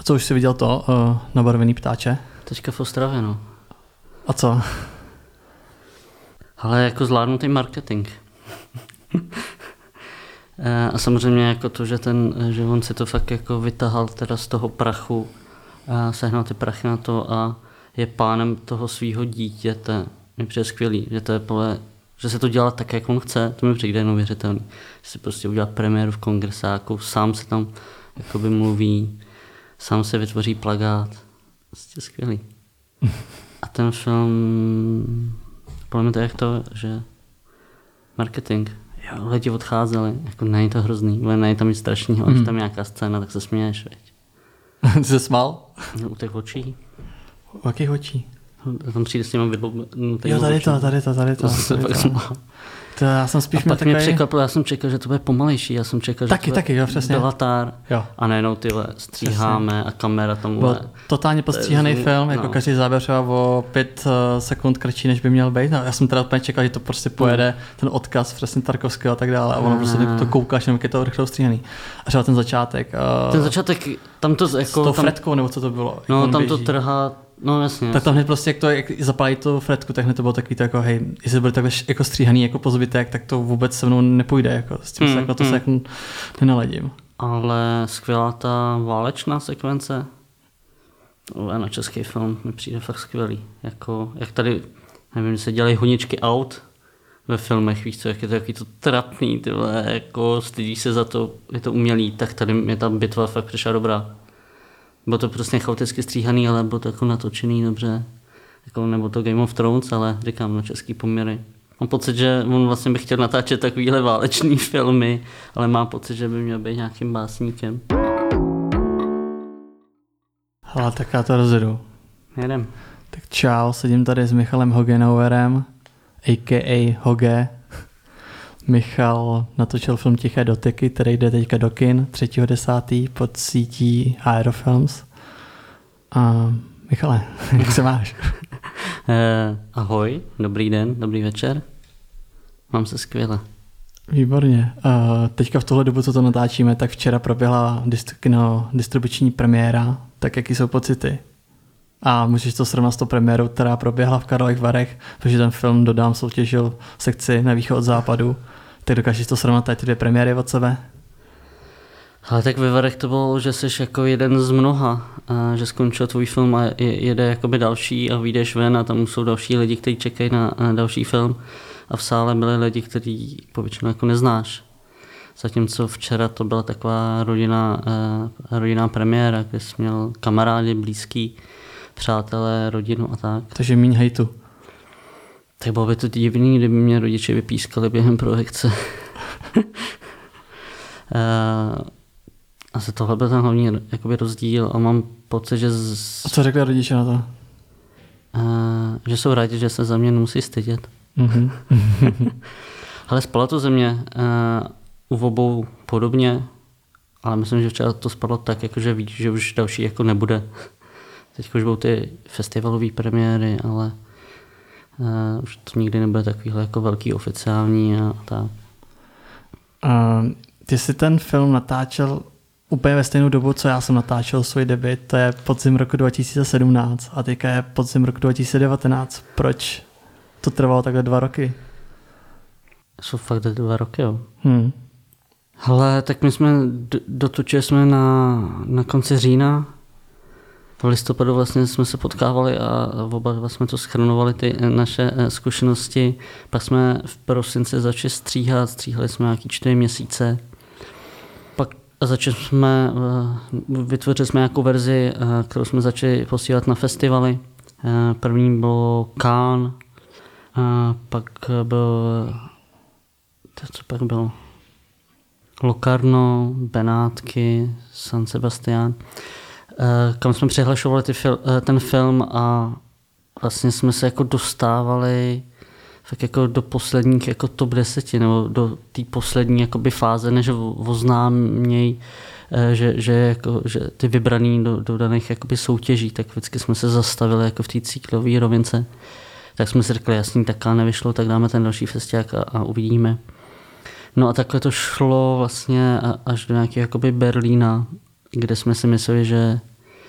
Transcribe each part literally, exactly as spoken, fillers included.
co už jsi viděl to, uh, Nabarvený ptáče? Teďka v Ostravě, no. A co? Ale jako zvládnutý marketing. A samozřejmě jako to, že, ten, že on si to fakt jako vytahal teda z toho prachu, a sehnal ty prachy na to a je pánem toho svého dítěte. Mi přijde skvělý, že to je pole, že se to dělá tak, jak on chce, to mi přijde neuvěřitelný. Že si prostě udělá premiéru v kongresáku, sám se tam jakoby mluví, sám se vytvoří plakát. Prostě skvělý. A ten film, podle mě to je jak to, že marketing. Jo, lidi odcházeli, jako není to hrozný, není tam nic strašného, mm. tam nějaká scéna, tak se směješ, veď. Ty se smál? No, u těch očí. U jakých očí? Tam přijde s těma vidlou. Jo, tady to, tady to, tady to. To se pak smál. To já jsem spíš a pak takový... mě překvapilo, já jsem čekal, že to bude pomalejší, já jsem čekal, taky, že to bude taky, jo, přesně. Dolatár. Jo. A najednou tyhle stříháme přesně. A kamera tam byl totálně postříhaný to film, jako no. Každý záběr třeba o pět uh, sekund kratší, než by měl být. No, já jsem teda úplně čekal, že to prostě pojede mm. ten odkaz přesně Tarkovského a tak dále a ono mm. prostě to koukáš, nebo je to rychle stříhaný. A třeba ten začátek. Uh, ten začátek, tam to jako... S tou tam, fretkou, nebo co to bylo? No, tam běží. To trhá. No jasně. Tak tam hned prostě, jak to jak zapálí tu fretku, tak hned to bylo takový to jako, hej, jestli to bude takhle jako stříhaný jako po zbytek, tak to vůbec se mnou nepůjde, jako, s tím mm, se jako to mm. se jako nenaladím. Ale skvělá ta válečná sekvence, na český film mi přijde fakt skvělý, jako, jak tady, nevím, se dělají honičky aut ve filmech, víš co, jak je to takový to trapný, tyhle, jako stydíš se za to, je to umělý, tak tady je ta bitva fakt přišla dobrá. Bylo to prostě chaoticky stříhaný, ale bylo to jako natočený dobře. Jako, nebo to Game of Thrones, ale říkám na český poměry. Mám pocit, že on vlastně by chtěl natáčet takovýhle válečný filmy, ale má pocit, že by měl být nějakým básníkem. Hele, tak já to rozjedu. Jedem. Tak čau, sedím tady s Michalem Hogenauerem, a k a. Hoge. Michal natočil film Tiché dotyky, který jde teďka do kin třetího desátého pod sítí Aerofilms. A Michale, jak se máš? eh, ahoj, dobrý den, dobrý večer. Mám se skvěle. Výborně. Uh, teďka v tohle dobu, co to natáčíme, tak včera proběhla dist- kino, distribuční premiéra. Tak jaký jsou pocity? A můžeš to srovnat s tou premiérou, která proběhla v Karlových Varech, protože ten film, dodám, soutěžil sekci na východ od západu. Tak dokážeš to srovnat tady ty dvě premiéry od sebe? Ale tak ve Varech to bylo, že jsi jako jeden z mnoha, a že skončil tvůj film a jede jakoby další a vyjdeš ven a tam jsou další lidi, kteří čekají na, na další film a v sále byli lidi, kteří povětšinou jako neznáš. Zatímco včera to byla taková rodinná, uh, rodinná premiéra, kde jsi měl kamarády, blízký, přátelé, rodinu a tak. Takže míň hejtu. Tak bylo by to divný, kdyby mě rodiče vypískali během projekce. uh, asi tohle byl ten hlavní jakoby rozdíl a mám pocit, že... Z... A co řekli rodiče na to? Uh, že jsou rádi, že se za mě nemusí stydět. Mm-hmm. Ale spala to ze mě uh, u obou podobně, ale myslím, že včera to spadlo tak, jako, že víš, že už další jako nebude. Teď už budou ty festivalové premiéry, ale uh, už to nikdy nebude takovýhle jako velký oficiální a tak. Uh, ty jsi ten film natáčel úplně ve stejnou dobu, co já jsem natáčel svůj debut, to je podzim roku dva tisíce sedmnáct a teďka je podzim roku dva tisíce devatenáct. Proč to trvalo takhle dva roky? Jsou fakt dva roky, jo. Hmm. Hele, tak my jsme, dotočili jsme na, na konci října, v listopadu vlastně jsme se potkávali a oba jsme to shrnovali, ty naše zkušenosti. Pak jsme v prosinci začali stříhat, stříhali jsme nějaký čtyři měsíce. Pak začali jsme, vytvořili jsme nějakou verzi, kterou jsme začali posílat na festivaly. První bylo Cannes, pak byl, co pak bylo? Locarno, Benátky, San Sebastián, kam jsme přihlašovali ty fil, ten film a vlastně jsme se jako dostávali tak jako do posledních jako top deseti nebo do té poslední jakoby fáze, než oznáměj, že, že, jako, že ty vybraný do, do daných jakoby soutěží, tak vždycky jsme se zastavili jako v té cyklové rovince. Tak jsme si řekli, jasný, taká nevyšlo, tak dáme ten další festiák a, a uvidíme. No a takhle to šlo vlastně až do nějakého jakoby Berlína, kde jsme si mysleli, že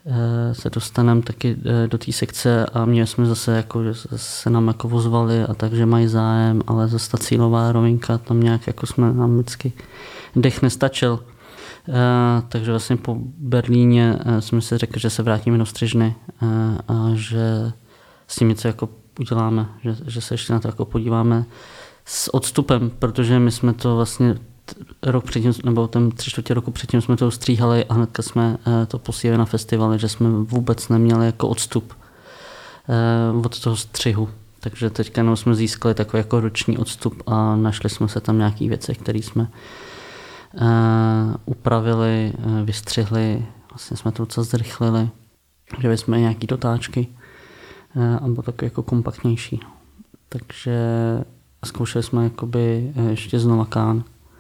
se dostaneme taky do té sekce a měli jsme zase, jako, že se nám jako ozvali a takže mají zájem, ale zase ta cílová rovinka, tam nějak jako jsme nám vždycky dech nestačil. Takže vlastně po Berlíně jsme si řekli, že se vrátíme do Střižny a že s tím něco jako uděláme, že, že se ještě na to jako podíváme s odstupem, protože my jsme to vlastně rok předtím, nebo ten tři čtvrtě roku předtím jsme to stříhali a hnedka jsme to posílali na festivaly, že jsme vůbec neměli jako odstup od toho střihu. Takže teďka no, jsme získali takový jako roční odstup a našli jsme se tam nějaké věci, které jsme uh, upravili, uh, vystřihli, vlastně jsme to docela zrychlili, že jsme nějaké dotáčky uh, a bylo takový jako kompaktnější. Takže zkoušeli jsme jakoby ještě znova Cannes,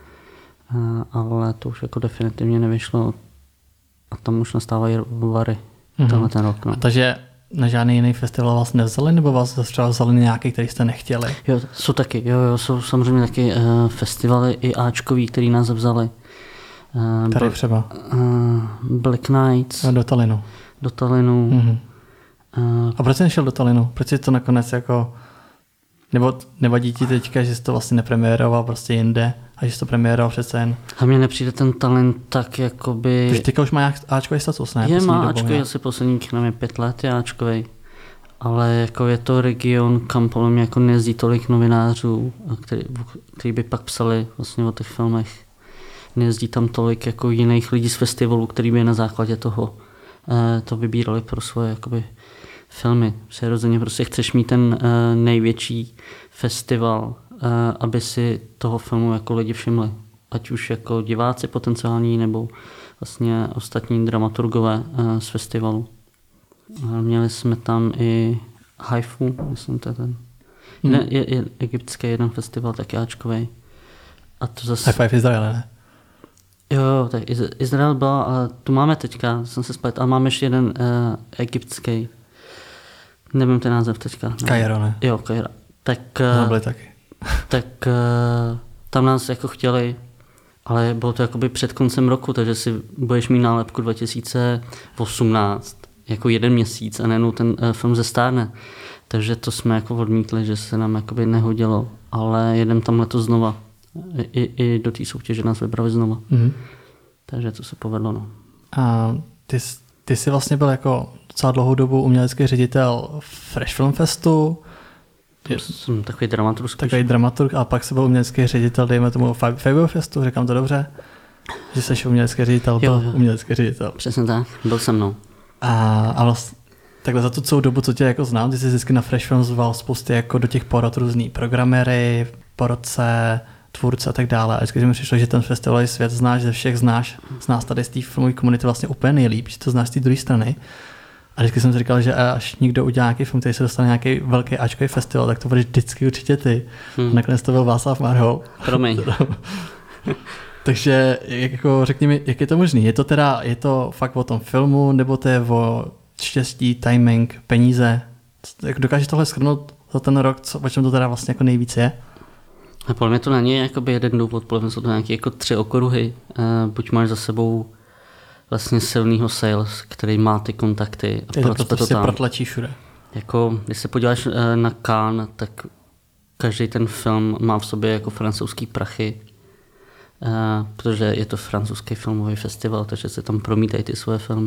ale to už jako definitivně nevyšlo a tam už nastávají vary mm-hmm. tenhle ten rok. No. Takže na žádný jiný festival vás nevzali, nebo vás třeba vzali nějaký, který jste nechtěli? Jo, jsou taky, jo, jo, jsou samozřejmě taky uh, festivaly i Ačkový, který nás vzali. Uh, Tady třeba? Uh, Black Nights. No, do Talinu. Do Talinu. Mm-hmm. Uh, a proč jsi nešel do Talinu? Proč jsi to nakonec jako... Nebo nevadí ti teďka, že jsi to vlastně nepremiéroval prostě jinde a že jsi to premiéroval přece jen? A mně nepřijde ten talent tak jakoby... Protože teďka už má Ačkový status, ne? Je, má Ačkový, asi posledních nevím, pět let je Ačkový. Ale jako je to region, kam podle mě jako nejezdí tolik novinářů, který, který by pak psali vlastně o těch filmech. Nejezdí tam tolik jako jiných lidí z festivalu, který by na základě toho eh, to vybírali pro svoje jakoby filmy. Přirozeně prostě chceš mít ten uh, největší festival, uh, aby si toho filmu jako lidi všimli. Ať už jako diváci potenciální, nebo vlastně ostatní dramaturgové uh, z festivalu. Uh, měli jsme tam i Haifu, myslím, to je ten hmm. jeden, je, je, egyptský jeden festival, taky Ačkovej. A to zase... Haifa je v Izraele, ne? Jo, jo, tak Izrael byla, ale tu máme teďka, jsem se splet, a máme ještě jeden uh, egyptský. Nevím ten název teďka. Kairo, ne? Jo, Kairo. Tak, no, byli taky. tak tam nás jako chtěli, ale bylo to jakoby před koncem roku, takže si budeš mít nálepku dva tisíce osmnáct, jako jeden měsíc a nejenom ten film zestárne. Takže to jsme jako odmítli, že se nám jakoby nehodilo, ale jedem tam letos znova. I, i do té soutěže nás vybrali znova. Mm-hmm. Takže to se povedlo. No. A ty, ty jsi vlastně byl jako docela dlouhou dobu umělecký ředitel Fresh Film Festu. Jsem takový dramaturg. Takový dramaturg a pak se byl umělecký ředitel, dejme tomu Fable Festu, říkám to dobře? Že jsi umělecký ředitel, byl jo, jo. umělecký ředitel. Přesně tak, byl se mnou. A, a vlastně takhle za tu celou dobu, co tě jako znám, ty jsi vždycky na Fresh Film zval spousty jako do těch porod různý programéry, porodce, tvůrce a tak dále. A vždycky mi přišlo, že ten festivalový svět znáš, ze všech znáš, z nás tady z té filmové komunity vlastně úplně nejlíp, že to znáš z té druhé strany. A vždycky jsem si říkal, že až někdo udělá nějaký film, který se dostane nějaký velký Ačkový festival, tak to budeš vždycky určitě ty. Hmm. A nakonec to byl Václav Marhou. Promiň. Takže jako řekni mi, jak je to možný? Je to teda, je to fakt o tom filmu, nebo to je o štěstí, timing, peníze? Jak dokážeš tohle shrnout za ten rok, co, o čem to teda vlastně jako nejvíc je? A podle mě to není jakoby jeden důvod, podle mě jsou to nějaké jako tři okruhy. Uh, buď máš za sebou vlastně silnýho sales, který má ty kontakty. A proto to, to, to se protlačí všude. Jako, když se podíváš na Cannes, tak každý ten film má v sobě jako francouzský prachy, uh, protože je to francouzský filmový festival, takže se tam promítají ty svoje filmy.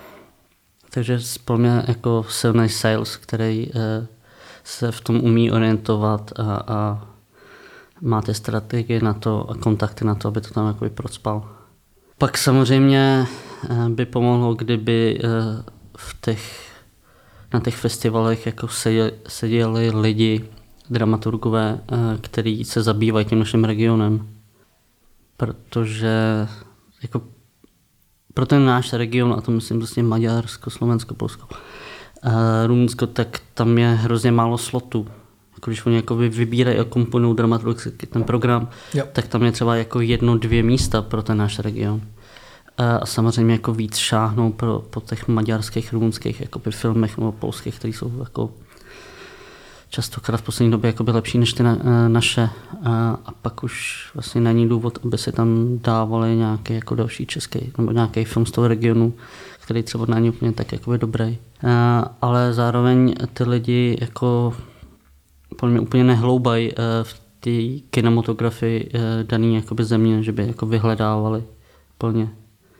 Takže pro mě jako silný sales, který uh, se v tom umí orientovat a, a má ty strategie na to a kontakty na to, aby to tam jakoby procpal. Pak samozřejmě by pomohlo, kdyby v těch, na těch festivalech jako seděli, seděli lidi, dramaturgové, kteří se zabývají tím naším regionem. Protože jako pro ten náš region, a to myslím vlastně Maďarsko, Slovensko, Polsko, Rumunsko, tak tam je hrozně málo slotů. Jako když oni jako vybírají a komponují dramaturgický ten program, jo. tak tam je třeba jako jedno, dvě místa pro ten náš region. A samozřejmě jako víc šáhnou pro, po těch maďarských, rumunských jakoby filmech nebo polských, které jsou jako častokrát v poslední době jakoby lepší než ty na, naše a, a pak už vlastně není důvod, aby se tam dávali nějaký jako další český nebo nějaký film z toho regionu, který třeba není úplně tak jakoby dobrý. A, ale zároveň ty lidi jako podle mě úplně nehloubají v té kinematografii daný jakoby země, že by jako vyhledávali plně.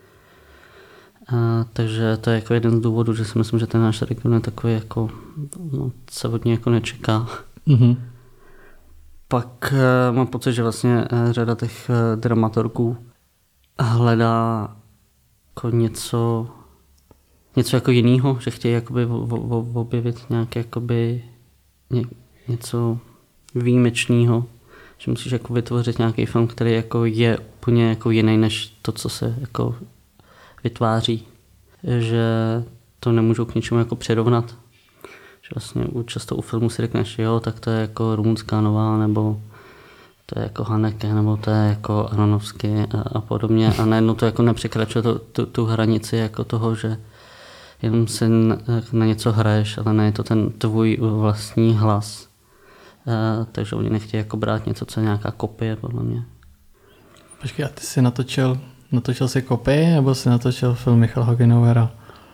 A, takže to je jako jeden z důvodů, že si myslím, že ten náš region je takový jako, no, se od něj jako nečeká. Mm-hmm. Pak uh, mám pocit, že vlastně uh, řada těch uh, dramaturgů hledá jako něco, něco jako jinýho, že chtějí jakoby v, v, v objevit nějaké jakoby ně, něco výjimečného, že musíš jako vytvořit nějaký film, který jako je úplně jako jiný než to, co se jako vytváří, že to nemůžou k ničemu jako přirovnat. Že vlastně často u filmu si řekneš, jo, tak to je jako rumunská nová, nebo to je jako Haneke, nebo to je jako Aronovský a, a podobně. A najednou to jako nepřekračuje to, tu, tu hranici jako toho, že jenom si na, na něco hraješ, ale ne je to ten tvůj vlastní hlas. Uh, takže oni nechtějí jako brát něco, co je nějaká kopie, podle mě. Počkej, a ty jsi natočil, natočil jsi kopii, nebo jsi natočil film Michala Hogenauera?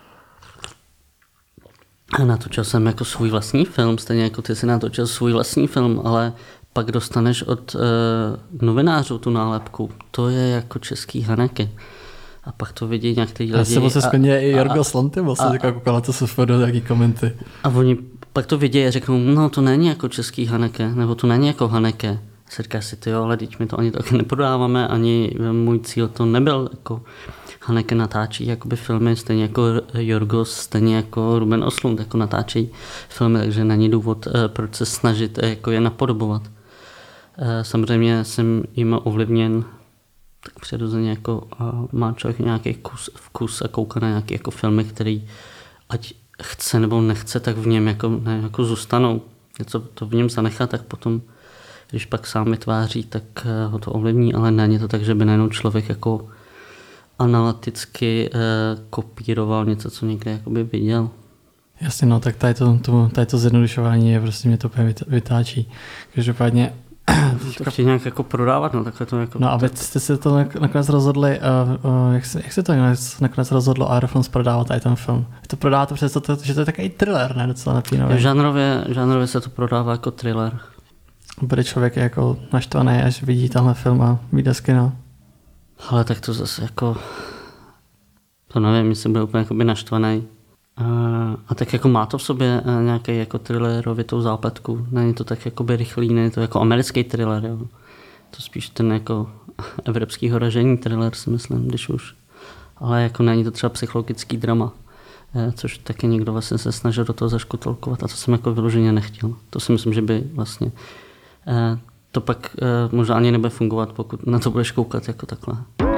Natočil jsem jako svůj vlastní film, stejně jako ty jsi natočil svůj vlastní film, ale pak dostaneš od uh, novinářů tu nálepku. To je jako český Haneke. A pak to vidí někteří lidi. Já jsem se sklidně i Jorgos Lanthimos, jsem říkal, koukal na to se do nějaký komenty. A oni pak to vidí a řeknou, no to není jako český Haneke, nebo to není jako Haneke. A říká si, ty jo, ale teď my to ani taky neprodáváme, ani můj cíl to nebyl jako Haneke natáčí jakoby filmy, stejně jako Jorgos, stejně jako Ruben Östlund jako natáčí filmy, takže není důvod, proč se snažit jako je napodobovat. Samozřejmě jsem jim ovlivněn, tak přirozeně jako má člověk nějaký kus, vkus a kouká na nějaké jako filmy, který ať chce nebo nechce, tak v něm jako, ne, jako zůstanou. Něco to v něm zanechá, tak potom, když pak sám vytváří, tak ho to ovlivní, ale není to tak, že by najednou člověk jako analyticky eh, kopíroval něco, co někde jakoby viděl. Jasně, no, tak tady to, to, tady to zjednodušování je prostě mě to úplně vytáčí. Každopádně to chtějí nějak jako prodávat, no takhle to jako... No a vy jste se to nakonec rozhodli, uh, uh, jak, se, jak se to nakonec rozhodlo Aerofilms prodávat tady ten film? Vy to prodáváte přesto, to, že to je takový thriller, ne? Docela napínový. Žánrově, žánrově se to prodává jako thriller. Bude člověk jako naštvaný, až vidí tenhle film a vyjde z kina. Ale tak to zase jako... To nevím, jestli bude úplně jakoby naštvaný. Uh, a tak jako má to v sobě uh, nějaký jako thrillerovitou zápletku. Není to tak jakoby rychlý, není to jako americký thriller, jo. To spíš ten jako evropský ražení thriller, si myslím, když už. Ale jako není to třeba psychologický drama, uh, což taky někdo vlastně se snažil do toho zaškutolkovat a to jsem jako vyloženě nechtěl. To si myslím, že by vlastně uh, to pak uh, možná ani nebude fungovat, pokud na to budeš koukat jako takhle.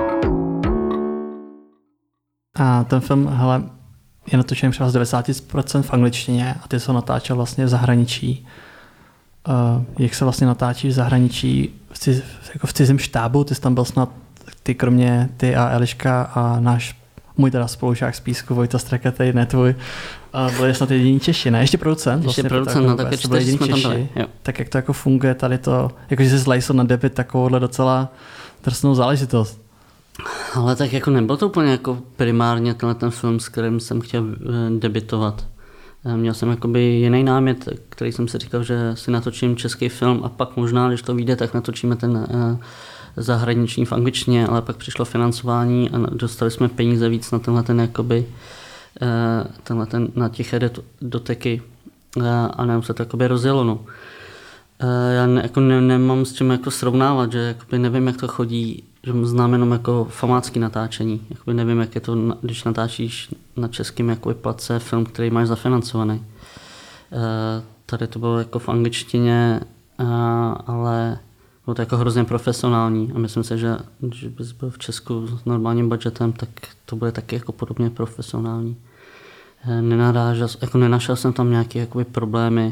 A ten film, hele, je natočený třeba z devadesát procent v angličtině a ty se ho natáčel vlastně v zahraničí. Uh, jak se vlastně natáčí v zahraničí, v, ciz, jako v cizím štábu, ty jsi tam byl snad, ty kromě ty a Eliška a náš, můj teda spolužák z Písku, Vojta Strakatej, ne tvůj, uh, byli snad jediní Češi, ne? Ještě producent. Ještě vlastně, producent, tak, no tak čtyři jsme tam byli. Jo. Tak jak to jako funguje tady to, jakože jsi zlejsl na debit takovouhle docela drsnou záležitost. Ale tak jako nebyl to úplně jako primárně tenhle ten film, s kterým jsem chtěl debitovat. Měl jsem jakoby jiný námět, který jsem si říkal, že si natočím český film a pak možná, když to vyjde, tak natočíme ten zahraniční v angličtině, ale pak přišlo financování a dostali jsme peníze víc na tenhle ten jakoby, tenhle ten, na tiché doteky a nám se to jakoby rozjelo, no. Já ne, jako ne, nemám s čím jako srovnávat, že jakoby nevím, jak to chodí, že znám jenom jako famácký natáčení. Jakoby nevím, jak je to, když natáčíš na českém jakoby place film, který máš zafinancovaný. Tady to bylo jako v angličtině, ale bylo to jako hrozně profesionální a myslím si, že když bys byl v Česku s normálním budgetem, tak to bude taky jako podobně profesionální. Nenarážel, jako nenašel jsem tam nějaké jakoby problémy,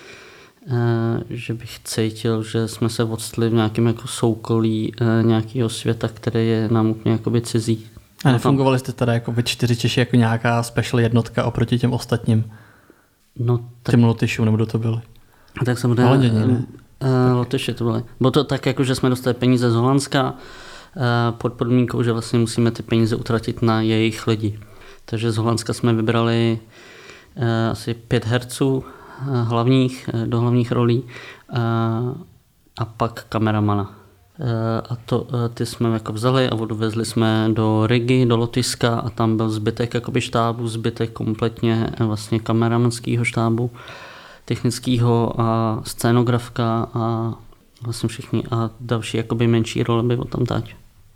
že bych cítil, že jsme se odstli v nějakém jako soukolí nějakého světa, který je nám úplně jakoby cizí. A nefungovali jste tady jako vy čtyři Češi jako nějaká special jednotka oproti těm ostatním? No, tak... Těm Lotyšům, nebo kdo to byli? Tak samozřejmě Holanděni, ne? Uh, Lotyši to byly. Bylo to tak, jako, že jsme dostali peníze z Holandska uh, pod podmínkou, že vlastně musíme ty peníze utratit na jejich lidi. Takže z Holandska jsme vybrali uh, asi pět herců uh, hlavních, uh, do hlavních rolí uh, a pak kameramana. Uh, a to, uh, ty jsme jako vzali a odvezli jsme do Rigi, do Lotyšska a tam byl zbytek jakoby štábu, zbytek kompletně uh, vlastně kameramanského štábu, technického a scénografka a vlastně všichni a další jakoby menší role by tam tať.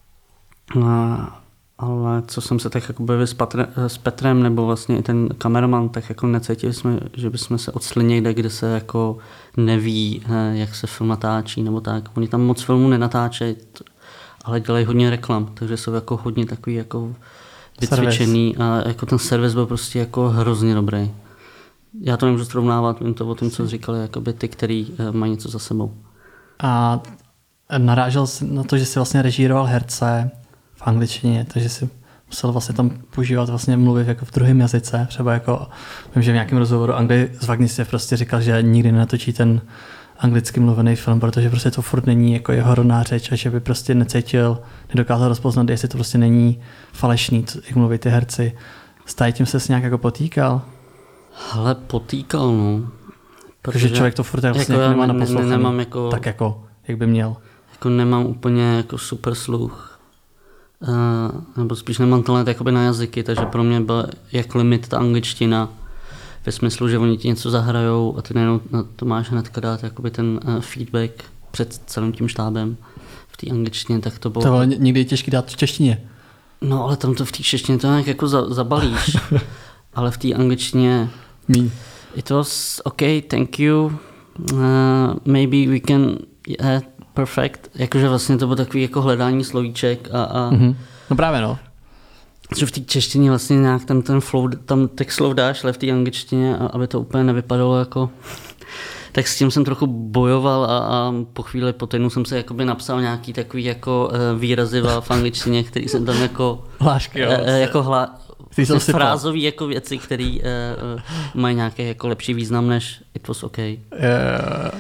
A, ale co jsem se tak jakoby s, Patre, s Petrem nebo vlastně i ten kameraman, tak jako necítili jsme, že bychom se odstli někde, kde se jako neví, jak se film natáčí nebo tak. Oni tam moc filmů nenatáčejí, ale dělají hodně reklam, takže jsou jako hodně takový jako vycvičený a jako ten servis byl prostě jako hrozně dobrý. Já to nemůžu srovnávat, vím to o tom, co říkali jakoby ty, který mají něco za sebou. A narážel jsi na to, že jsi vlastně režíroval herce v angličtině, takže si musel vlastně tam používat vlastně mluvit jako v druhém jazyce. Třeba jako, vím, že v nějakém rozhovoru Angli z Vagnistev prostě říkal, že nikdy nenatočí ten anglicky mluvený film, protože prostě to furt není jako jeho rodná řeč a že by prostě necítil, nedokázal rozpoznat, jestli to prostě není falešný, jak mluví ty herci. S tím se nějak jako potýkal? Ale potýkal, no. Protože člověk to furt vlastně jako nemá naposlouchaný, nemám jako, tak jako, jak by měl. Jako nemám úplně jako super sluch. Uh, nebo spíš nemám talent jakoby na jazyky, takže pro mě byl jak limit ta angličtina. Ve smyslu, že oni ti něco zahrajou a ty nejenom na to máš hnedka dát jakoby ten uh, feedback před celým tím štábem v té angličtině, tak to bylo... To bylo někdy těžký dát v češtině. No ale tam to v té češtině to nějak jako za, zabalíš. Ale v té angličtině... Me. It was okay, thank you. Uh, maybe we can... Yeah, perfect. Jakože vlastně to bylo takový jako hledání slovíček a... a mm-hmm. No právě no. Že v té češtině vlastně nějak tam ten flow, tam těch slov dáš, ale v té angličtině, aby to úplně nevypadalo jako... Tak s tím jsem trochu bojoval a, a po chvíli, po týdnu jsem se jakoby napsal nějaký takový jako uh, výrazy v angličtině, který jsem tam jako... Hlášky, jo. Uh, jako hla, frázový jako věci, které uh, uh, mají nějaký jako lepší význam než it was okay. Yeah.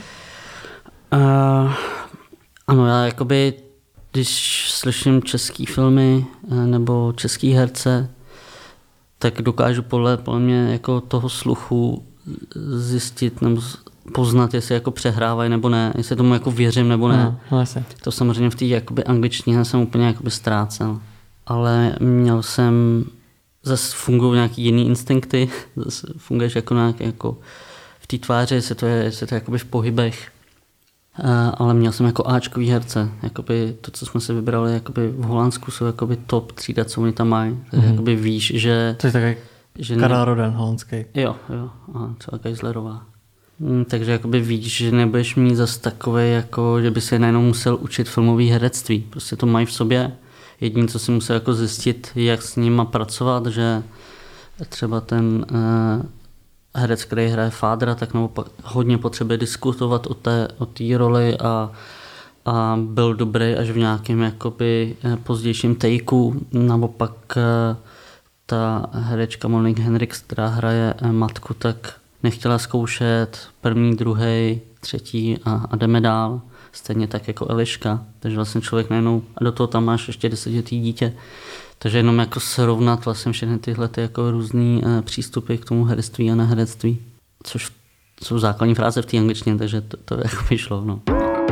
Uh, ano, já jakoby, když slyším český filmy uh, nebo český herce, tak dokážu podle, podle mě jako toho sluchu zjistit nebo poznat, jestli jako přehrávají nebo ne, jestli tomu jako věřím nebo ne. No, no, to samozřejmě v té jakoby angličtině jsem úplně jakoby ztrácel. Ale měl jsem, zase fungují nějaký jiný instinkty, zase funguješ jako nějaký jako v té tváři, jestli to je, jestli to je jakoby v pohybech. Uh, ale měl jsem jako áčkový herce. Jakoby to, co jsme si vybrali jakoby v Holandsku, jsou jakoby top třída, co oni tam mají. Takže mm-hmm. jakoby víš, že... To je takový Karel ne... Roden holandský. Jo, jo. A třeba Geislerová. Hmm, takže jakoby víš, že nebudeš mít zase takové, jako, že by si najednou musel učit filmové herectví. Prostě to mají v sobě. Jediné, co si musel jako zjistit, jak s nima pracovat, že třeba ten uh, herec, který hraje Fádra, tak naopak hodně potřebuje diskutovat o té, o té roli a, a byl dobrý až v nějakém jakoby pozdějším takeu. Naopak uh, ta herečka Monique Henricks, která hraje uh, matku, tak nechtěla zkoušet první, druhý, třetí a, a jdeme dál. Stejně tak jako Eliška. Takže vlastně člověk najednou, a do toho tam máš ještě desetiletý dítě. Takže jenom jako srovnat vlastně všechny tyhle ty jako různý uh, přístupy k tomu herectví a neherectví. Což jsou základní fráze v té angličtině, takže to, to jako by šlo. No.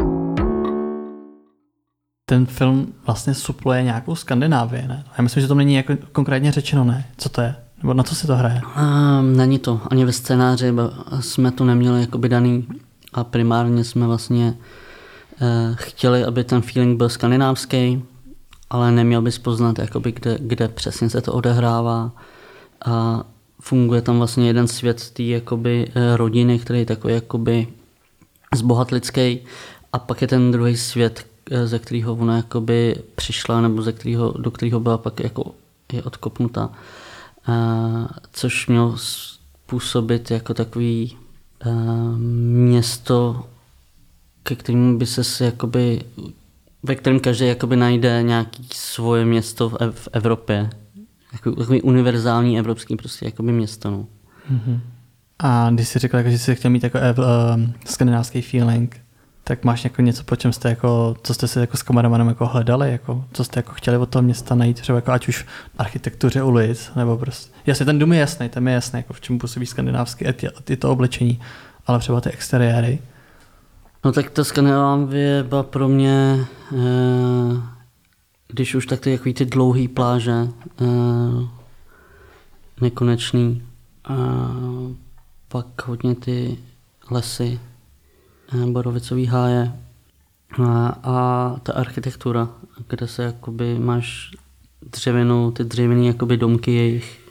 Ten film vlastně supluje nějakou Skandinávii, ne? Já myslím, že to není jako konkrétně řečeno, ne? Co to je? Nebo na co si to hraje? Um, není to. Ani ve scénáři jsme to neměli jakoby daný a primárně jsme vlastně uh, chtěli, aby ten feeling byl skandinávský, ale neměl bys poznat, jakoby, kde, kde přesně se to odehrává. A funguje tam vlastně jeden svět té jakoby, rodiny, který je takový jakoby zbohatlický, a pak je ten druhý svět, ze kterého ona jakoby přišla, nebo ze kterého, do kterého byla pak jako je odkopnuta. Uh, což mělo způsobit jako takový uh, město, ke kterému by se jakoby, ve kterém každý jakoby najde nějaké svoje město v, v Evropě. Jako, takový univerzální evropský prostě jakoby město. No. Mm-hmm. A když jsi řekl, jako, že jsi chtěl mít jako uh, skandinávský feeling, tak máš jako něco, po čem jste jako, co jste si jako s kameramanem jako hledali, jako, co jste jako chtěli od toho města najít, třeba jako ať už v architektuře ulic, nebo prostě. Jasně, ten dům je jasný, ten je jasný, jako v čem působí skandinávský, je to oblečení, ale třeba ty exteriéry. No tak ta Skandinávie byla pro mě, eh, když už tak ty, jako ty dlouhý pláže, eh, nekonečný, a pak hodně ty lesy, borovicový háje a, a ta architektura, kde se jakoby máš dřevěnou, ty dřevěný jakoby domky jejich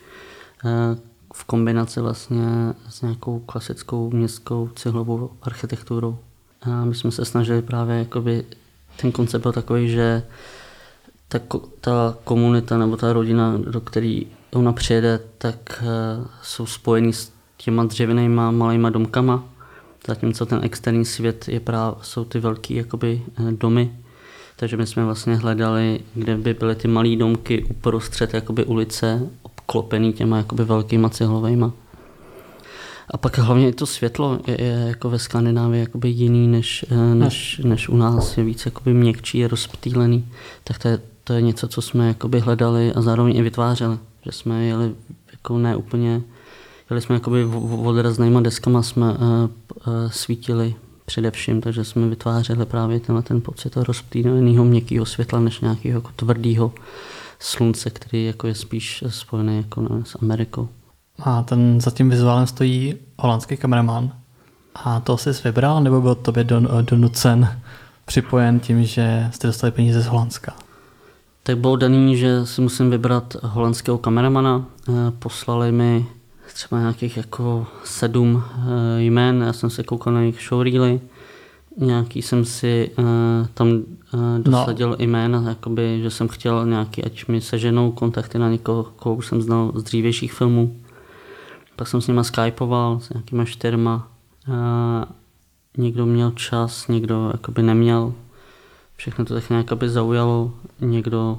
v kombinaci vlastně s nějakou klasickou městskou cihlovou architekturou. A my jsme se snažili právě jakoby, ten koncept byl takový, že ta, ta komunita nebo ta rodina, do který ona přijede, tak jsou spojení s těma dřevěnýma malýma domkama, zatímco ten externí svět je právě, jsou ty velký jakoby domy. Takže my jsme vlastně hledali, kde by byly ty malé domky uprostřed jakoby ulice, obklopený těma jakoby velkýma cihlovejma. A pak hlavně to světlo je, je jako ve Skandinávii jakoby jiný než, než, než u nás, je víc jakoby měkčí, je rozptýlený. Tak to je, to je něco, co jsme jakoby hledali a zároveň i vytvářeli. Že jsme jeli jako ne úplně, jeli jsme jakoby odraznýma deskama, jsme uh, uh, svítili především, takže jsme vytvářeli právě tenhle ten pocit rozptýleného měkkého světla než nějakého jako tvrdého slunce, který jako je spíš spojený jako nevím, s Amerikou. A ten za tím vizuálem stojí holandský kameraman. A to jsi vybral, nebo byl tobě don, donucen připojen tím, že jste dostali peníze z Holandska? Tak bylo daný, že si musím vybrat holandského kameramana. Poslali mi třeba nějakých jako sedm jmén, já jsem se koukal na jejich showreely. Nějaký jsem si uh, tam uh, dosadil no. jména, jakoby, že jsem chtěl nějaký, ať mi seženou kontakty na někoho, koho už jsem znal z dřívějších filmů. Pak jsem s nima skypoval, s nějakýma čtyřma. Uh, někdo měl čas, někdo jakoby neměl. Všechno to tak nějak zaujalo. Někdo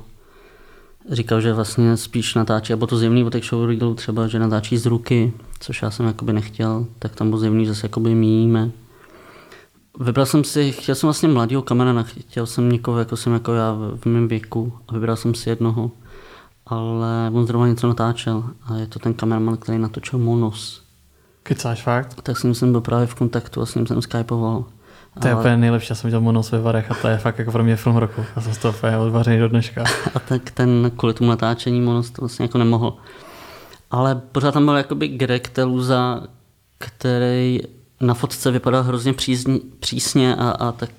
říkal, že vlastně spíš natáčí, nebo to zjevný od těch showreelů třeba, že natáčí z ruky, což já jsem jakoby nechtěl, tak tam bylo zjevný, že se jakoby míjíme. Vybral jsem si, chtěl jsem vlastně mladýho kamerana, chtěl jsem někoho, jako jsem jako já v mém věku a vybral jsem si jednoho, ale on zrovna něco natáčel a je to ten kameraman, který natočil Monos. Kecáš fakt? Tak s ním jsem byl právě v kontaktu a s ním jsem skypoval. To je ale... úplně nejlepší, já jsem viděl Monos ve Varech a to je fakt jako pro mě film roku. Já jsem z toho úplně odvařený do dneška. A tak ten kvůli tomu natáčení Monos to vlastně jako nemohl. Ale pořád tam byl jakoby Greg Teluza, který na fotce vypadal hrozně přízně, přísně a, a tak,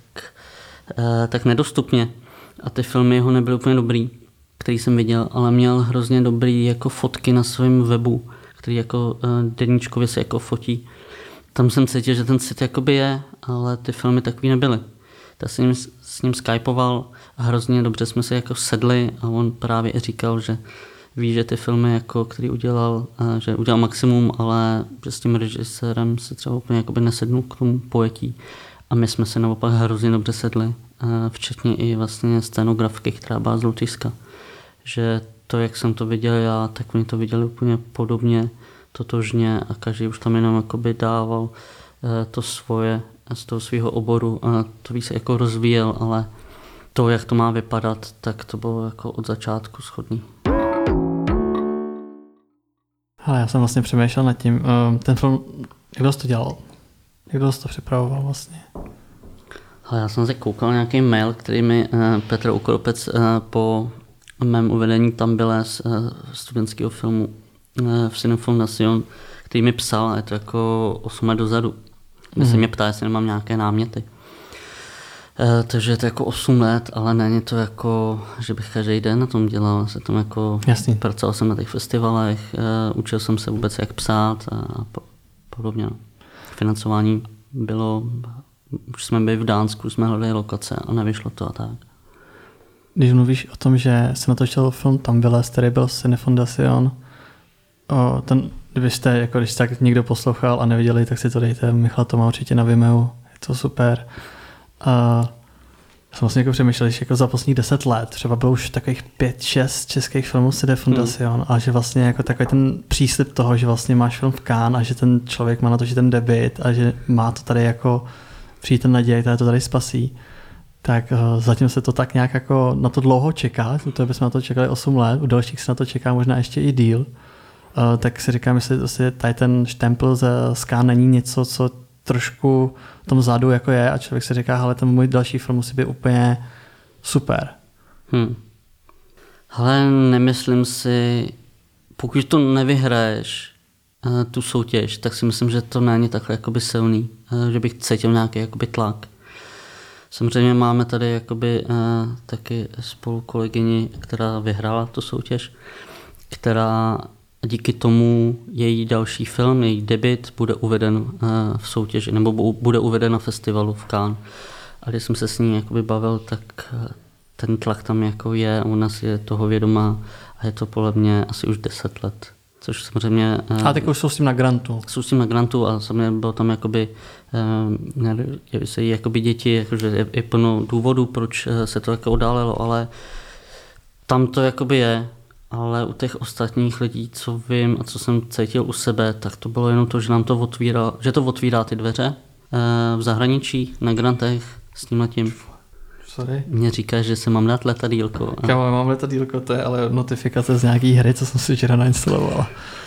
e, tak nedostupně. A ty filmy jeho nebyly úplně dobrý, který jsem viděl, ale měl hrozně dobrý jako fotky na svém webu, který jako e, deníčkově se jako fotí. Tam jsem cítil, že ten cit jakoby je, ale ty filmy takový nebyly. Tak jsem s, s ním skypoval a hrozně dobře jsme se jako sedli a on právě říkal, že ví, že ty filmy, jako, který udělal, že udělal maximum, ale že s tím režisérem se třeba úplně jakoby nesednul k tomu pojetí. A my jsme se naopak hrozně dobře sedli, včetně i vlastně scénografky, která byla z Lotyšska. Že to, jak jsem to viděl já, tak oni to viděli úplně podobně, totožně a každý už tam jenom jakoby dával to svoje z toho svého oboru a to víc se jako rozvíjel, ale to, jak to má vypadat, tak to bylo jako od začátku shodný. Hele, já jsem vlastně přemýšlel nad tím, ten film, jak jsi to dělal? Jak jsi to připravoval vlastně? Hele, já jsem se koukal nějaký mail, který mi Petr Ukropec po mém uvedení tam byl z studentského filmu v Cinefilm Nation, který mi psal, a je to jako osm let dozadu. Kde se mě ptá, jestli nemám nějaké náměty. E, takže je to jako osm let, ale není to jako, že bych každý den na tom dělal. Se tam jako Jasný. Pracoval jsem na těch festivalech, e, učil jsem se vůbec, jak psát a po, podobně. Financování bylo, už jsme byli v Dánsku, jsme hledali lokace a nevyšlo to a tak. Když mluvíš o tom, že se natočil film Tam byl, který byl z Cinefondation, o, ten, kdybyste, jako když tak někdo poslouchal a neviděli, tak si to dejte, Michal to má určitě na Vimeo, je to super. A jsem vlastně jako přemýšlel, že jako za posledních deset let třeba bylo už takových pět, šest českých filmů Cine Fundación hmm. a že vlastně jako takový ten příslib toho, že vlastně máš film v Cannes a že ten člověk má natočit ten debut a že má to tady jako přijít ten naděj, to tady spasí. Tak uh, zatím se to tak nějak jako na to dlouho čeká, to bychom na to čekali osm let, u dalších se na to čeká možná ještě i díl. Uh, tak si říkám, jestli vlastně tady ten štempel ze Cannes není něco, co trošku v tom zádu jako je a člověk si říká, hele, ten můj další film musí být úplně super. Hmm. Hele, nemyslím si, pokud to nevyhraješ uh, tu soutěž, tak si myslím, že to není takhle jakoby silný, uh, že bych cítil nějaký jakoby tlak. Samozřejmě máme tady jakoby, uh, taky spolu kolegyni, která vyhrála tu soutěž, která díky tomu její další film, její debut bude uveden uh, v soutěži, nebo bude uveden na festivalu v Cannes. A když jsem se s ní jakoby bavil, tak uh, ten tlak tam jako je, ona si je toho vědomá a je to podle mě asi už deset let. Což samozřejmě... Uh, a teď už jsou s tím na grantu. Jsou s tím na grantu a samozřejmě bylo tam jakoby, uh, jeví se jí jakoby děti, jakože je, je plno důvodů, proč uh, se to jako odálelo, ale tam to jakoby je. Ale u těch ostatních lidí, co vím a co jsem cítil u sebe, tak to bylo jenom to, že nám to otvírá, že to otvírá ty dveře v zahraničí, na grantech, s tímhletím. Sorry. Mně říká, že se mám dát letadýlko. A... Kámo, mám letadýlko, to je ale notifikace z nějaký hry, co jsem si včera nainstaloval.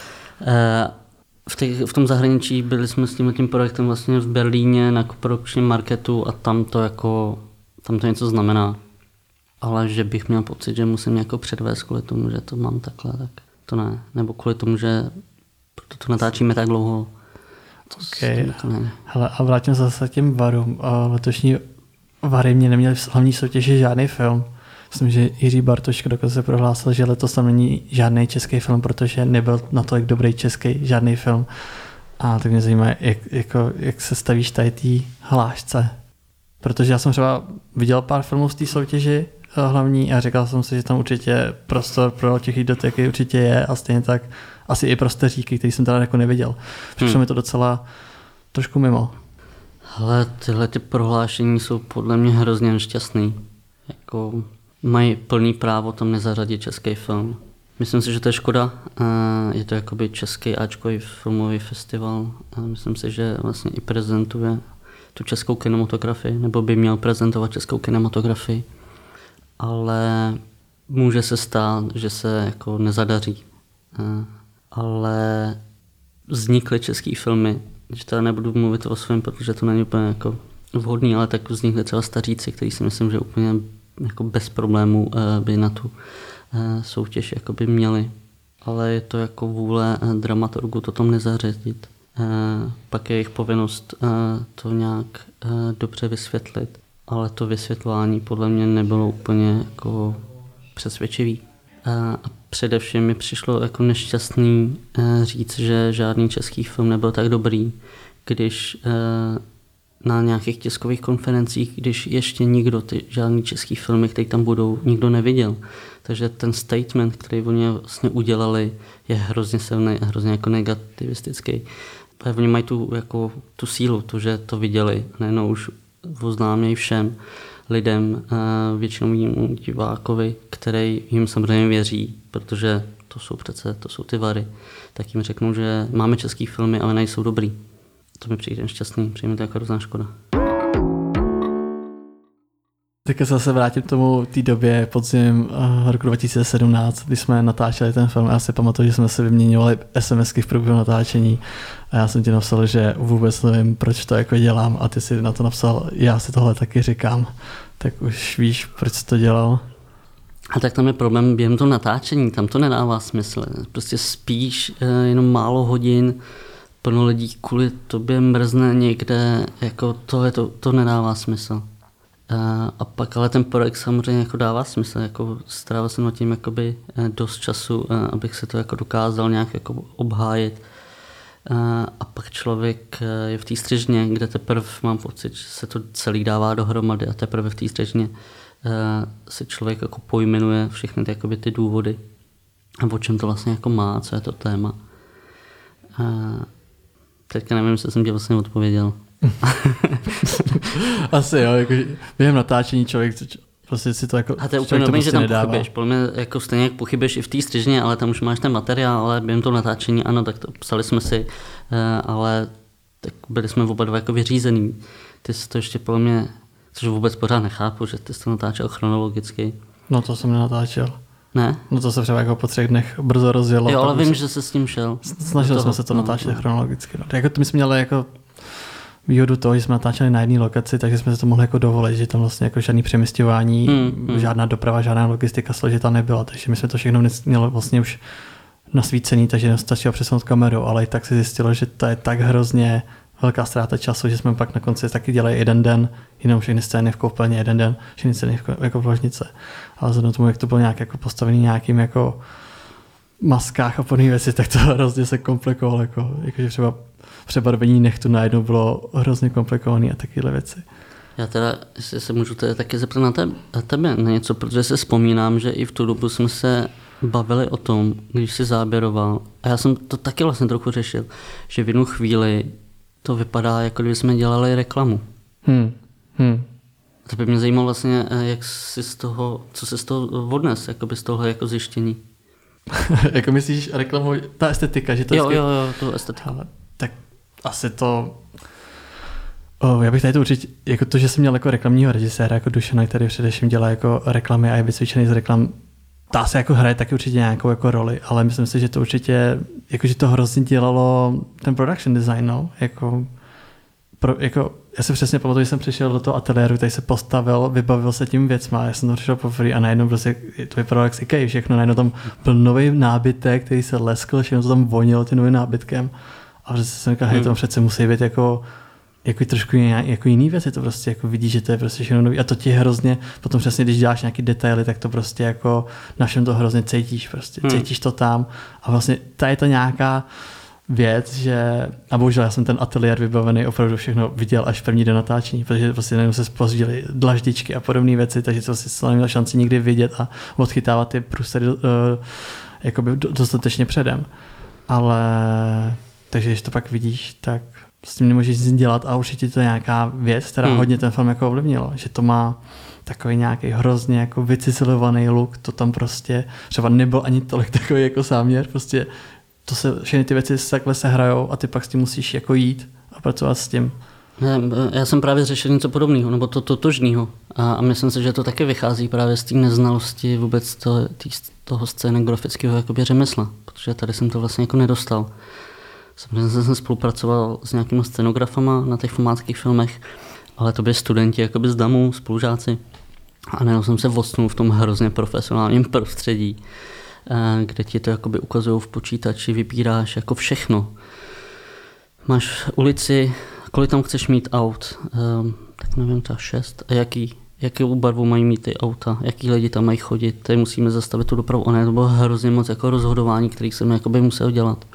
V, těch, v tom zahraničí byli jsme s tímhletím projektem vlastně v Berlíně na koprodukčním marketu a tam to jako, tam to něco znamená. Ale že bych měl pocit, že musím jako předvést kvůli tomu, že to mám takhle, tak to ne. Nebo kvůli tomu, že proto to natáčíme tak dlouho. To okay. Hele, a vrátím se zase těm varům. Letošní vary mě neměly v hlavní soutěži žádný film. Myslím, že Jiří Bartošek dokonce prohlásil, že letos tam není žádný český film, protože nebyl natolik dobrý český žádný film. A tak mě zajímá, jak, jako, jak se stavíš tady té hlášce. Protože já jsem třeba viděl pár filmů z té soutěži hlavní a říkal jsem si, že tam určitě prostor pro těch idoteky určitě je a stejně tak asi i pro staříky, který jsem teda jako neviděl. Přišlo hmm. mi to docela trošku mimo. Hele, tyhle ty prohlášení jsou podle mě hrozně nešťastný. Jako mají plný právo tam nezařadit český film. Myslím si, že to je škoda. Je to jakoby český áčkový filmový festival. Myslím si, že vlastně i prezentuje tu českou kinematografii, nebo by měl prezentovat českou kinematografii. Ale může se stát, že se jako nezadaří. Ale vznikly český filmy, že teda nebudu mluvit o svém, protože to není úplně jako vhodný, ale tak vznikly třeba Staříci, který si myslím, že úplně jako bez problémů by na tu soutěž jako by měli. Ale je to jako vůle dramaturgu to tam nezařadit. Pak je jejich povinnost to nějak dobře vysvětlit. Ale to vysvětlování podle mě nebylo úplně jako přesvědčivý. A především mi přišlo jako nešťastný říct, že žádný český film nebyl tak dobrý, když na nějakých tiskových konferencích, když ještě nikdo ty žádný český filmy, které tam budou, nikdo neviděl. Takže ten statement, který oni vlastně udělali, je hrozně silný a hrozně jako negativistický. Oni mají tu, jako, tu sílu, to, že to viděli, nejenom už oznámějí všem lidem, většinovému divákovi, který jim samozřejmě věří, protože to jsou přece, to jsou ty vary, tak jim řeknou, že máme český filmy, ale nejsou dobrý. To mi přijde šťastný, přijde mi to jako hrozná škoda. Tak se zase vrátím k tomu té době podzim roku dva tisíce sedmnáct, kdy jsme natáčeli ten film. Já si pamatuju, že jsme se vyměňovali SMSky v průběhu natáčení a já jsem ti napsal, že vůbec nevím, proč to jako dělám a ty si na to napsal, já si tohle taky říkám. Tak už víš, proč jsi to dělal? A tak tam je problém během toho natáčení, tam to nedává smysl. Prostě spíš jenom málo hodin, plno lidí kvůli tobě mrzne někde, jako tohle to, to nedává smysl. A pak ale ten projekt samozřejmě jako dává smysl, jako strávil jsem nad tím jakoby dost času, abych se to jako dokázal nějak jako obhájit. A pak člověk je v té střižně, kde teprve mám pocit, že se to celý dává dohromady a teprve v té střižně se člověk jako pojmenuje všechny ty, jakoby ty důvody a o čem to vlastně jako má, co je to téma. Teďka nevím, jestli jsem tě vlastně odpověděl. Asi jo, jako během natáčení člověk prostě si to jako... A to je úplně normální, prostě že tam pochyběš. Podle mě jako stejně jak pochyběš i v té střižně, ale tam už máš ten materiál, ale během toho natáčení, ano, tak to psali jsme si, ale tak byli jsme oba dva jako vyřízený. Ty jsi to ještě podle mě, což vůbec pořád nechápu, že ty jsi to natáčel chronologicky. No to jsem nenatáčel. Ne? No to se třeba jako po třech dnech brzo rozjelo. Jo, ale vím, už... že se s tím šel. Snažili jsme se to natáčet no, chronologicky. No. Jako to my jsme měli jako výhodu toho, že jsme natáčeli na jedné lokaci, takže jsme se to mohli jako dovolit, že tam vlastně jako žádný přemisťování, mm, mm. žádná doprava, žádná logistika složitá nebyla, takže my jsme to všechno měli vlastně už nasvícený, takže nestačilo přesunout kameru, ale i tak se zjistilo, že to je tak hrozně velká ztráta času, že jsme pak na konci taky dělali jeden den, jenom všechny scény v koupelně jeden den, všechny scény jako v ložnice. Ale vzhledem tomu, jak to bylo nějak jako postavený nějakým jako maskách a podobné věci, tak to hrozně se komplikovalo, jako, jakože třeba přebarvení nechtu najednou bylo hrozně komplikované a takovéhle věci. Já teda, jestli se můžu teda taky zeptat na tebe, na tebe na něco, protože se vzpomínám, že i v tu dobu jsme se bavili o tom, když jsi záběroval, a já jsem to taky vlastně trochu řešil, že v jednu chvíli to vypadá, jako kdyby jsme dělali reklamu. Hmm. Hmm. To by mě zajímalo vlastně, jak jsi z toho, co jsi z toho odnes, jakoby z toho jako zjištění. Jako myslíš reklamu, ta estetika, že to jo, jo, jo, to estetika. Ale, tak asi to... Oh, já bych tady to určitě, jako to, že jsem měl jako reklamního režiséra, jako Dušana, který především dělá jako reklamy a je vycvičený z reklam, ta se jako hraje taky určitě nějakou jako roli, ale myslím si, že to určitě, jako že to hrozně dělalo ten production design, no, jako, pro, jako já si přesně pamatuju, že jsem přišel do toho ateliéru, tady se postavil, vybavil se tím věcma, já jsem to přišel poprvé a najednou prostě to vypadalo jak z IKEA, všechno, najednou tam byl nový nábytek, který se leskl, všechno to tam vonilo tím novým nábytkem a prostě jsem říkal, hej, to přece musí být jako jako trošku jiný, jako jiný věci, to prostě jako vidíš, že to je prostě všechno nový a to ti hrozně, potom přesně, když děláš nějaký detaily, tak to prostě jako na všem to hrozně cítíš prostě, hmm. cítíš to tam a vlastně ta je to nějaká věc, že a bohužel já jsem ten ateliér vybavený opravdu všechno viděl až v první den natáčení, protože prostě najednou se spozdily dlaždičky a podobné věci, takže to si neměl šanci nikdy vidět a odchytávat ty průsery uh, jakoby dostatečně předem. Ale takže když to pak vidíš, tak s tím nemůžeš nic dělat a určitě to je nějaká věc, která hmm. hodně ten film jako ovlivnilo, že to má takový nějaký hrozně jako vycizelovaný look, to tam prostě třeba nebyl ani tolik takový jako záměr, prostě to se, všechny ty věci takhle se hrajou a ty pak s tím musíš jako jít a pracovat s tím. Já jsem právě řešil něco podobného, nebo to totožného a, a myslím si, že to taky vychází právě z té neznalosti vůbec to, tý, toho scénografického jakoby řemesla, protože tady jsem to vlastně jako nedostal. Samozřejmě jsem spolupracoval s nějakými scenografama na těch filmáckých filmech, ale to byli studenti jakoby z DAMu, spolužáci. A najednou jsem se odstnul v tom hrozně profesionálním prostředí, kde ti to jakoby ukazují v počítači, vybíráš jako všechno. Máš ulici, kolik tam chceš mít aut, tak nevím, třeba šest, a jaký, jakou barvu mají mít ty auta, jaký lidi tam mají chodit, tady musíme zastavit tu dopravu. Ono to bylo hrozně moc jako rozhodování, kterých jsem jakoby musel dělat.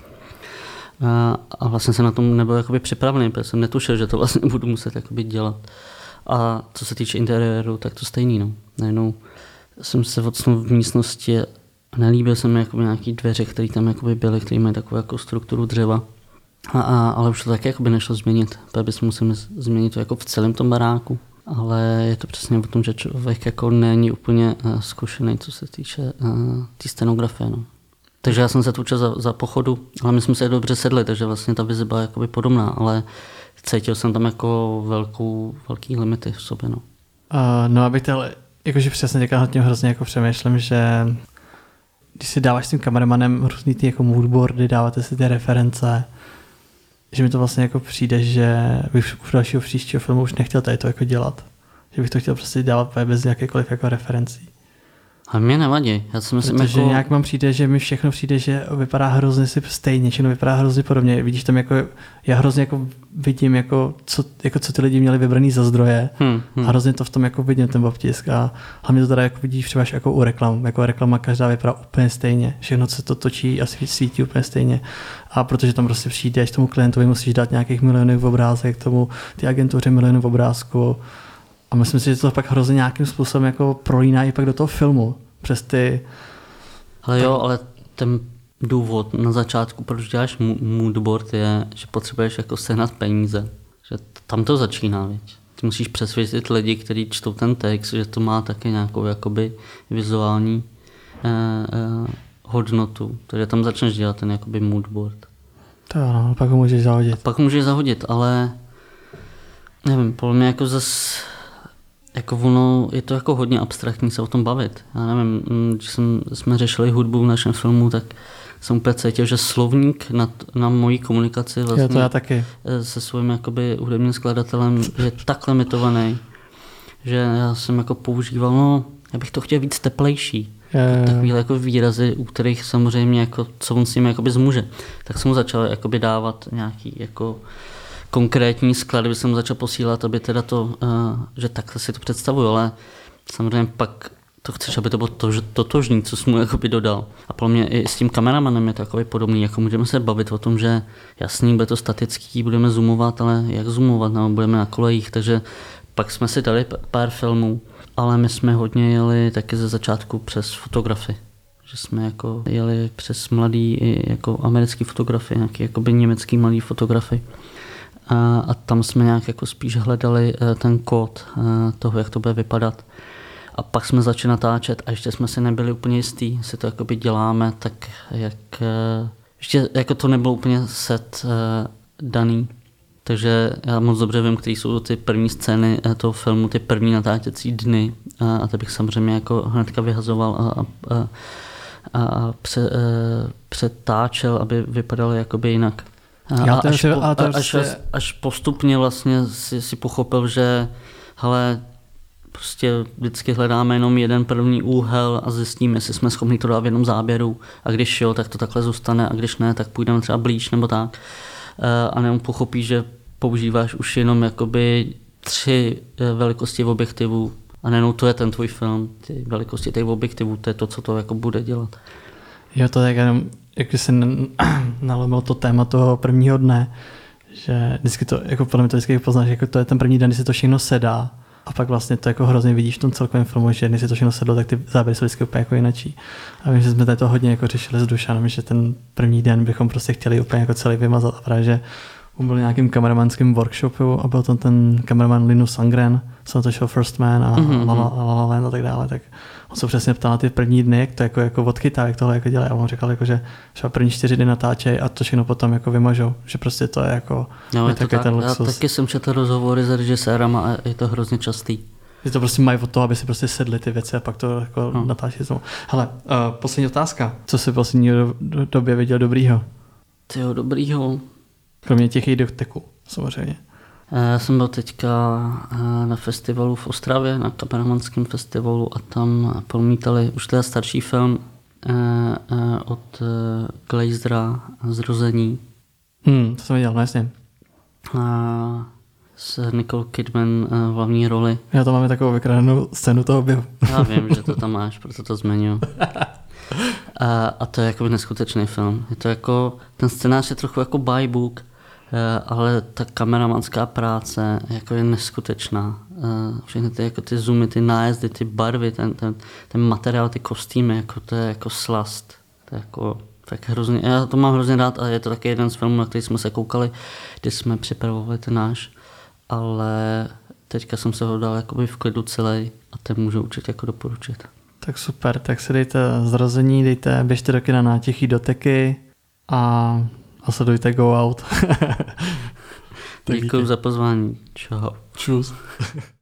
A vlastně jsem na tom nebyl jakoby připravený, protože jsem netušil, že to vlastně budu muset jakoby dělat. A co se týče interiéru, tak to stejný. No. Najednou jsem se odsunul v místnosti a nelíbil se mi jakoby nějaký dveře, které tam jakoby byly, které mají takovou jako strukturu dřeva. A, a, ale už to taky jakoby nešlo změnit, protože bychom museli změnit to jako v celém tom baráku. Ale je to přesně o tom, že člověk jako není úplně uh, zkušený, co se týče té uh, scenografie. No. Takže já jsem se tučil za, za pochodu, ale my jsme se dobře sedli, takže vlastně ta vize byla jakoby podobná, ale cítil jsem tam jako velkou, velký limity v sobě. No, uh, no abych to, jakože přesně teďka nad tím hrozně jako přemýšlím, že když si dáváš s tím kameramanem různý ty jako moodboardy, dáváte si ty reference, že mi to vlastně jako přijde, že bych u dalšího příštího filmu už nechtěl tady to jako dělat. Že bych to chtěl prostě dávat bez jakékoliv jako referencí. A mě nevadí. Já si myslím, protože jako... nějak mám přijde, že mi všechno přijde, že vypadá hrozně si stejně, všechno vypadá hrozně podobně. Vidíš tam jako, já hrozně jako vidím, jako co, jako co ty lidi měli vybraný za zdroje hmm, hmm. a hrozně to v tom jako vidím, ten obtisk a hlavně to teda jako vidíš třeba jako u reklam, jako reklama každá vypadá úplně stejně, všechno se to točí a svítí úplně stejně a protože tam prostě přijdeš tomu klientovi, musíš dát nějakých milionů obrázek, k tomu ty agentuře milionů obrázku. A myslím si, že to pak hrozně nějakým způsobem jako prolíná i pak do toho filmu. Přes ty... Ale jo, ale ten důvod na začátku, proč děláš moodboard, je, že potřebuješ jako sehnat peníze. Že tam to začíná, viď. Ty musíš přesvědčit lidi, kteří čtou ten text, že to má také nějakou jakoby vizuální eh, eh, hodnotu. Takže tam začneš dělat ten jakoby moodboard. To ano, pak ho můžeš zahodit. A pak ho můžeš zahodit, ale nevím, podle mě jako zas, jako ono, je to jako hodně abstraktní se o tom bavit. Já nevím, když jsem, jsme řešili hudbu v našem filmu, tak jsem úplně cítil, že slovník na, na mojí komunikaci vlastně jo, to já taky. se svým jakoby hudebním skladatelem je tak limitovaný, že já jsem jako používal, no, já bych to chtěl víc teplejší. Takovýhle jako výrazy, u kterých samozřejmě, jako, co on s nimi jakoby zmůže. Tak jsem mu začal jakoby dávat nějaký jako konkrétní skladby, jsem mu začal posílat, aby teda to, uh, že takhle si to představuju, ale samozřejmě pak to chceš, aby to bylo to, totožný, co jsi mu jakoby dodal. A pro mě i s tím kameramanem je to takový podobný, jako můžeme se bavit o tom, že jasný, bude to statický, budeme zoomovat, ale jak zoomovat, no, budeme na kolejích, takže pak jsme si dali pár filmů, ale my jsme hodně jeli taky ze začátku přes fotografy. Že jsme jako jeli přes mladý i jako americký fotografy, nějaký jakoby německý mladý fotografy. A, a tam jsme nějak jako spíš hledali ten kód toho, jak to bude vypadat. A pak jsme začali natáčet a ještě jsme si nebyli úplně jistý, jestli to jakoby děláme, tak jak ještě jako to nebylo úplně set daný. Takže já moc dobře vím, které jsou ty první scény toho filmu, ty první natáčecí dny a, a to bych samozřejmě jako hnedka vyhazoval a, a, a, a pře, přetáčel, aby vypadaly jakoby jinak. A, a až, po, až, až, až postupně vlastně si, si pochopil, že hele, prostě vždycky hledáme jenom jeden první úhel a zjistíme, jestli jsme schopni to dát v jednom záběru a když jo, tak to takhle zůstane a když ne, tak půjdeme třeba blíž nebo tak. A nebo pochopí, že používáš už jenom jakoby tři velikosti objektivů a nejenom to je ten tvůj film, ty velikosti těch objektivů, to je to, co to jako bude dělat. Jo, to je jenom, jak jsi nalomil to téma toho prvního dne, že vždycky to, jako podle mě to vždycky poznáš, jako to je ten první den, kdy se to všechno sedá a pak vlastně to jako hrozně vidíš v tom celkovém filmu, že když se to všechno sedlo, tak ty záběry jsou vždycky úplně jako jinačí. A vím, že jsme to hodně jako řešili s Dušanem, že ten první den bychom prostě chtěli úplně jako celý vymazat a právě, že on byl nějakým kameramanským workshopu a byl tam ten kameraman Linus Sandgren, co to šel First Man a mm-hmm. La, La, La, La Land a tak dále, tak on se přesně ptal na ty první dny, jak to jako, jako odchytá, jak tohle jako dělají a on říkal, jako, že třeba první čtyři dny natáčejí a to všechno potom jako vymažou, že prostě to je jako no, je to tak, ten luxus. Já taky jsem četl rozhovory s režisérama a je to hrozně častý. Že to prostě mají od toho, aby si prostě sedli ty věci a pak to jako no. natáčí znovu. Hele, uh, poslední otázka. Co jsi v poslední do, do, době viděl dobrýho? Tyjo, dobrýho. Kromě těch doteků, samozřejmě. Já jsem byl teďka na festivalu v Ostravě, na kameramanském festivalu a tam promítali už teda starší film od Glazera Zrození. Hmm, to jsem viděl, no jasně. A s Nicole Kidman v hlavní roli. Já to máme takovou vykradenou scénu toho objevu. Já vím, že to tam máš, proto to zmiňuji. A, a to je jako neskutečný film. Je to jako, ten scénář je trochu jako by book, ale ta kameramanská práce jako je neskutečná. Všechny ty, jako ty zoomy, ty nájezdy, ty barvy, ten, ten, ten materiál, ty kostýmy, jako to je jako slast. To je jako tak hrozně, já to mám hrozně rád a je to taky jeden z filmů, na který jsme se koukali, kdy jsme připravovali ten náš, ale teďka jsem se ho dal jakoby v klidu celý a ten můžu určitě jako doporučit. Tak super, tak si dejte Zrození, dejte, běžte do kina na Tichý doteky a, a sledujte Go Out. Děkuji za pozvání. Čau. Čus.